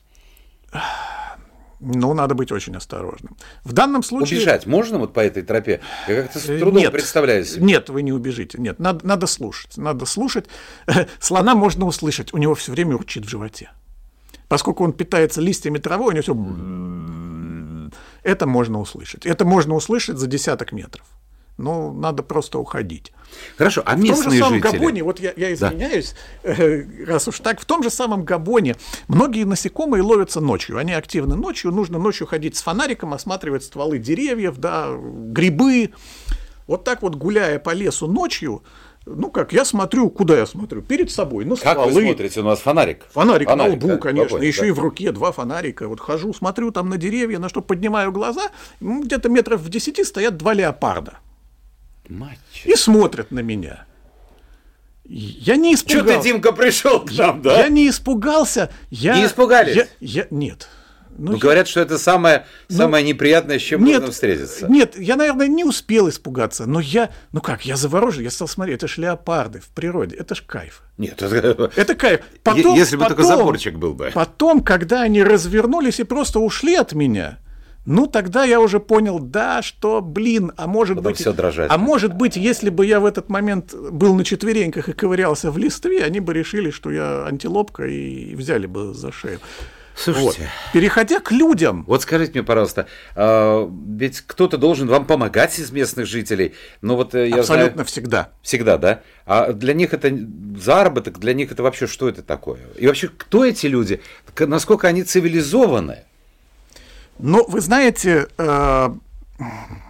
Ну, надо быть очень осторожным. В данном случае... Убежать можно вот по этой тропе? Я как-то с трудом нет, представляю себе. Нет, вы не убежите. Нет, надо, надо слушать. Надо слушать. Слона можно услышать. У него все время урчит в животе. Поскольку он питается листьями травы, у него все... Это можно услышать. Это можно услышать за десяток метров. Ну, надо просто уходить. Хорошо, а в местные жители? В том же самом жители? Габоне, вот я, я извиняюсь, да. э, раз уж так, в том же самом Габоне многие насекомые ловятся ночью. Они активны ночью, нужно ночью ходить с фонариком, осматривать стволы деревьев, да, грибы. Вот так вот, гуляя по лесу ночью, ну как, я смотрю, куда я смотрю? Перед собой, на стволы. Как вы смотрите? У нас фонарик. Фонарик, фонарик на лбу, да, конечно, попой, еще да. и в руке два фонарика. Вот хожу, смотрю там на деревья, на что поднимаю глаза, где-то метров в десяти стоят два леопарда. Мать. И смотрят на меня. Я не испугался. Что ты, Димка, пришел к нам, да? Я не испугался. Я, не испугались? Я, я, нет. Ну, ну, говорят, что это самое, ну, самое неприятное, с чем нет, можно встретиться. Нет, я, наверное, не успел испугаться, но я, ну как, я заворожен, я стал смотреть, это ж леопарды в природе, это ж кайф. Нет, это, это кайф. Потом, если бы потом, только заборчик был бы. Потом, когда они развернулись и просто ушли от меня, ну тогда я уже понял, да, что, блин, а может Потом быть, все дрожать. а может быть, если бы я в этот момент был на четвереньках и ковырялся в листве, они бы решили, что я антилопка и взяли бы за шею. Слушайте, вот. Переходя к людям. Вот скажите мне, пожалуйста, э, ведь кто-то должен вам помогать из местных жителей. Но вот я абсолютно знаю, всегда. Всегда, да? А для них это заработок, для них это вообще что это такое? И вообще, кто эти люди? Насколько они цивилизованы? Ну, вы знаете, э,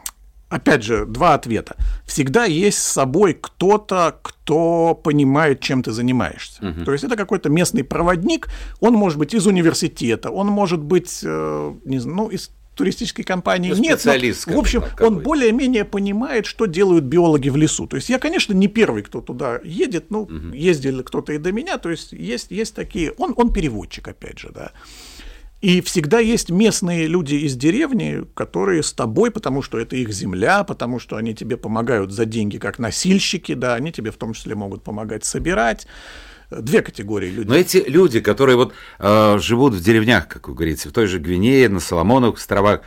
опять же, два ответа. Всегда есть с собой кто-то, кто понимает, чем ты занимаешься. Uh-huh. То есть это какой-то местный проводник, он может быть из университета, он может быть, не знаю, ну, из туристической компании. Ну, нет, но, в общем, так, он более-менее понимает, что делают биологи в лесу. То есть я, конечно, не первый, кто туда едет, ну, uh-huh. ездили кто-то и до меня, то есть есть, есть такие, он, он переводчик, опять же, да. И всегда есть местные люди из деревни, которые с тобой, потому что это их земля, потому что они тебе помогают за деньги как носильщики, да, они тебе в том числе могут помогать собирать. Две категории людей. Но эти люди, которые вот э, живут в деревнях, как вы говорите, в той же Гвинее, на Соломоновых островах,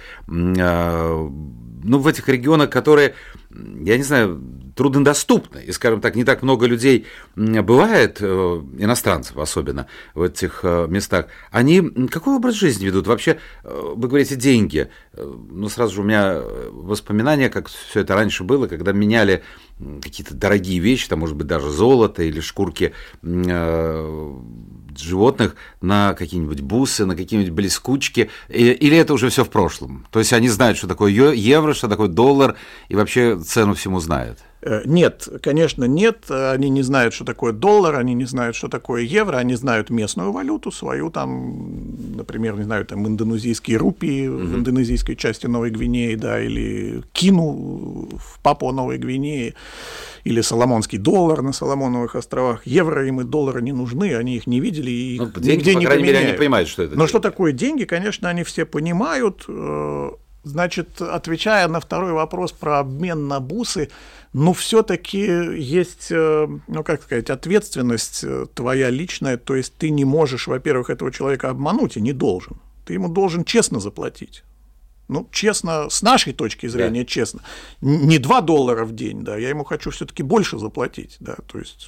э, ну, в этих регионах, которые, я не знаю, труднодоступны, и, скажем так, не так много людей бывает, э, иностранцев особенно, в этих э, местах, они какой образ жизни ведут? Вообще, э, вы говорите, деньги. Э, ну, сразу же у меня воспоминания, как все это раньше было, когда меняли какие-то дорогие вещи, там, может быть, даже золото или шкурки э, животных на какие-нибудь бусы, на какие-нибудь блескучки, или это уже все в прошлом? То есть они знают, что такое евро, что такое доллар, и вообще цену всему знают? Нет, конечно, нет. Они не знают, что такое доллар, они не знают, что такое евро, они знают местную валюту свою, там, например, не знаю, там индонезийские рупии mm-hmm. в индонезийской части Новой Гвинеи, да, или кину в Папуа-Новой Гвинее, или соломонский доллар на Соломоновых островах. Евро им и доллары не нужны, они их не видели и ну, деньги, нигде не по крайней поменяют. мере, они понимают, что это. Но деньги. Что такое деньги, конечно, они все понимают. Значит, отвечая на второй вопрос про обмен на бусы, ну, все-таки есть, ну, как сказать, ответственность твоя личная, то есть ты не можешь, во-первых, этого человека обмануть и не должен. Ты ему должен честно заплатить. Ну, честно, с нашей точки зрения, да. честно. Не два доллара в день, да, я ему хочу все-таки больше заплатить, да, то есть.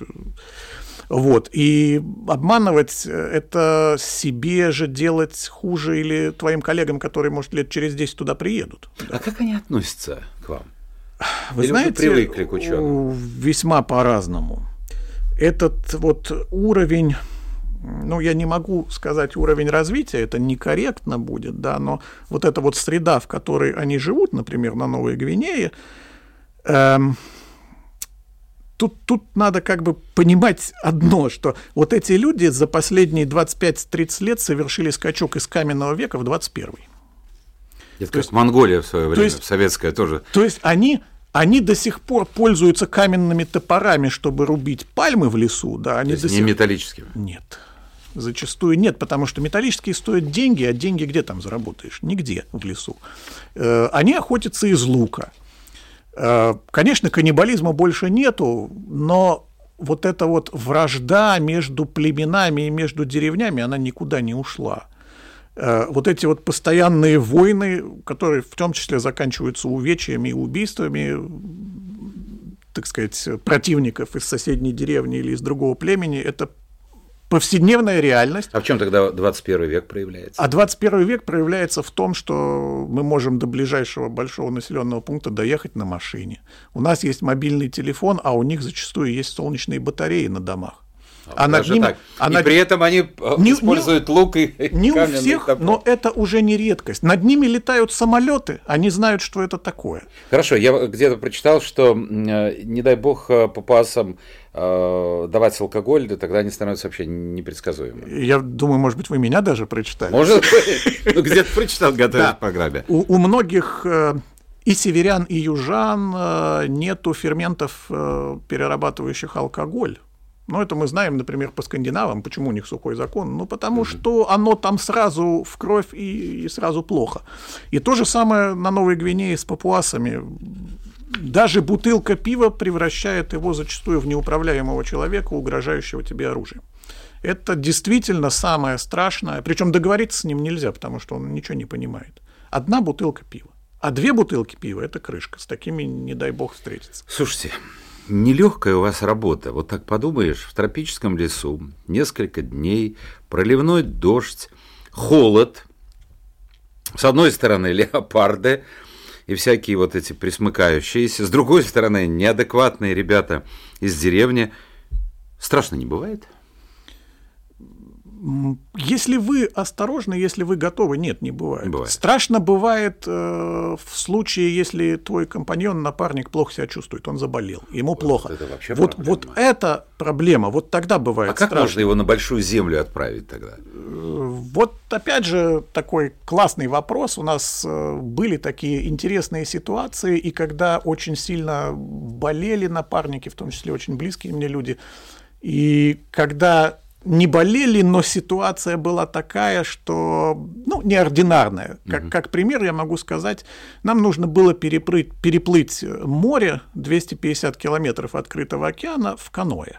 Вот, и обманывать это себе же делать хуже или твоим коллегам, которые, может, лет через десять туда приедут. А как они относятся к вам? Вы или знаете, привыкли к ученым? Весьма по-разному. Этот вот уровень, ну, я не могу сказать уровень развития, это некорректно будет, да, но вот эта вот среда, в которой они живут, например, на Новой Гвинее, эм, Тут, тут надо как бы понимать одно, что вот эти люди за последние двадцать пять тридцать лет совершили скачок из каменного века в двадцать первый. Это то как есть, Монголия в свое время, есть, советская тоже. То есть они, они до сих пор пользуются каменными топорами, чтобы рубить пальмы в лесу. Да, они то есть до не сих... металлическими? Нет. Зачастую нет, потому что металлические стоят деньги, а деньги где там заработаешь? Нигде в лесу. Они охотятся из лука. Конечно, каннибализма больше нету, но вот эта вот вражда между племенами и между деревнями, она никуда не ушла. Вот эти вот постоянные войны, которые в том числе заканчиваются увечьями и убийствами, так сказать, противников из соседней деревни или из другого племени, это повседневная реальность. А в чем тогда двадцать первый век проявляется? А двадцать первый век проявляется в том, что мы можем до ближайшего большого населенного пункта доехать на машине. У нас есть мобильный телефон, а у них зачастую есть солнечные батареи на домах. А, а над ними, так. А и над... при этом они не, используют не, лук и не у всех, топор. Но это уже не редкость. Над ними летают самолеты, они знают, что это такое. Хорошо, я где-то прочитал, что, не дай бог, папуасам давать алкоголь, да тогда они становятся вообще непредсказуемыми. Я думаю, может быть, вы меня даже прочитали. Может быть, ну где-то прочитал, готовясь к программе. У многих и северян, и южан нету ферментов, перерабатывающих алкоголь. Ну, это мы знаем, например, по скандинавам, почему у них сухой закон. Ну, потому mm-hmm. что оно там сразу в кровь и, и сразу плохо. И то же самое на Новой Гвинее с папуасами. Даже бутылка пива превращает его зачастую в неуправляемого человека, угрожающего тебе оружием. Это действительно самое страшное. Причем договориться с ним нельзя, потому что он ничего не понимает. Одна бутылка пива. А две бутылки пива – это крышка. С такими, не дай бог, встретиться. Слушайте, нелегкая у вас работа. Вот так подумаешь, в тропическом лесу несколько дней, проливной дождь, холод. С одной стороны леопарды и всякие вот эти присмыкающиеся. С другой стороны неадекватные ребята из деревни. Страшно не бывает? Если вы осторожны, если вы готовы, нет, не бывает. Не бывает. Страшно бывает э, в случае, если твой компаньон, напарник плохо себя чувствует, он заболел, ему вот плохо. Это вообще вот, вот это проблема, вот тогда бывает А как страшно. можно его на большую землю отправить тогда? Вот опять же такой классный вопрос. У нас были такие интересные ситуации, и когда очень сильно болели напарники, в том числе очень близкие мне люди, и когда не болели, но ситуация была такая, что, ну, неординарная. Как, как пример я могу сказать, нам нужно было переплыть, переплыть море двести пятьдесят километров открытого океана в каноэ.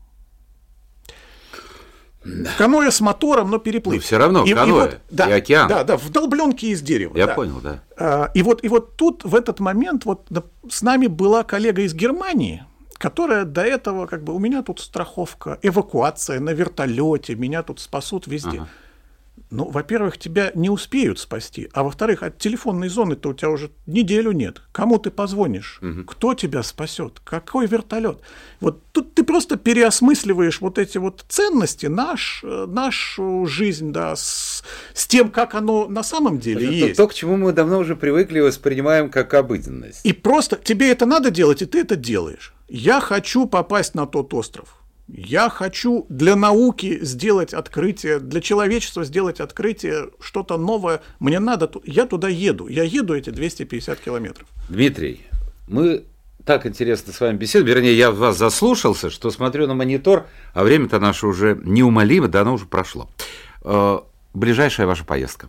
Да. В каноэ с мотором, но переплыть. Но все равно, и, каноэ и, вот, да, и океан. Да, да, в долбленке из дерева. Я да. понял, да. И вот, и вот тут, в этот момент, вот с нами была коллега из Германии, которая до этого, как бы, у меня тут страховка, эвакуация на вертолете, меня тут спасут везде. Ага. Ну, во-первых, тебя не успеют спасти, а во-вторых, от телефонной зоны-то у тебя уже неделю нет. Кому ты позвонишь? Угу. Кто тебя спасет? Какой вертолет? Вот тут ты просто переосмысливаешь вот эти вот ценности, наш, нашу жизнь, да, с, с тем, как оно на самом деле это есть. То, к чему мы давно уже привыкли, воспринимаем как обыденность. И просто тебе это надо делать, и ты это делаешь. Я хочу попасть на тот остров. Я хочу для науки сделать открытие, для человечества сделать открытие, что-то новое. Мне надо, я туда еду. Я еду эти двести пятьдесят километров. Дмитрий, мы так интересно с вами беседуем. Вернее, я вас заслушался, что смотрю на монитор, а время-то наше уже неумолимо, да оно уже прошло. Ближайшая ваша поездка?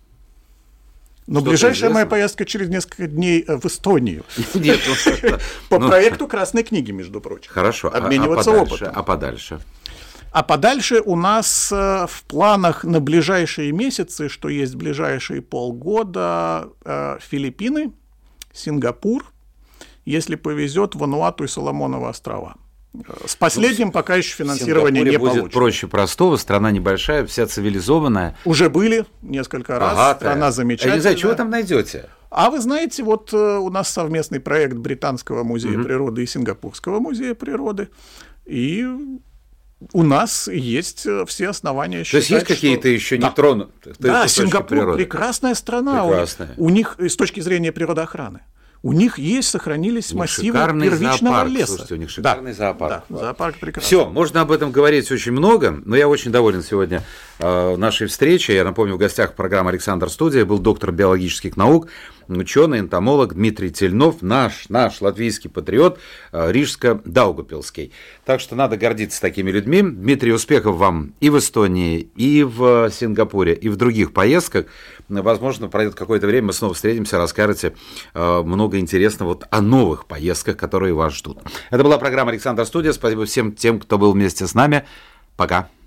Но что ближайшая моя поездка через несколько дней в Эстонию. Нет, ну, по ну, проекту Красной книги, между прочим. Хорошо. Обмениваться а, а опытом. А подальше? А подальше у нас в планах на ближайшие месяцы, что есть ближайшие полгода, Филиппины, Сингапур, если повезет, Вануату и Соломоновы острова. С последним ну, пока еще финансирование не получено. Будет проще простого, страна небольшая, вся цивилизованная. Уже были несколько раз, Богатая. Страна замечательная. Я не знаю, чего вы там найдете? А вы знаете, вот у нас совместный проект Британского музея угу. природы и Сингапурского музея природы, и у нас есть все основания считать, то есть есть какие-то что... еще да. не тронутые? Да, Сингапур природы. Прекрасная страна. Прекрасная. У них, у них с точки зрения природоохраны. У них есть, сохранились массивы первичного зоопарк. леса. Слушайте, у них шикарный да, зоопарк. Да, зоопарк прекрасный. Все, можно об этом говорить очень много, но я очень доволен сегодня э, нашей встречей. Я напомню, в гостях программы «Александр Студия» был доктор биологических наук, ученый, энтомолог Дмитрий Тельнов, наш, наш латвийский патриот, э, рижско-даугавпилский. Так что надо гордиться такими людьми. Дмитрий, успехов вам и в Эстонии, и в Сингапуре, и в других поездках. Возможно, пройдет какое-то время, мы снова встретимся, расскажете э, много интересного вот о новых поездках, которые вас ждут. Это была программа «Александр Студия». Спасибо всем тем, кто был вместе с нами. Пока.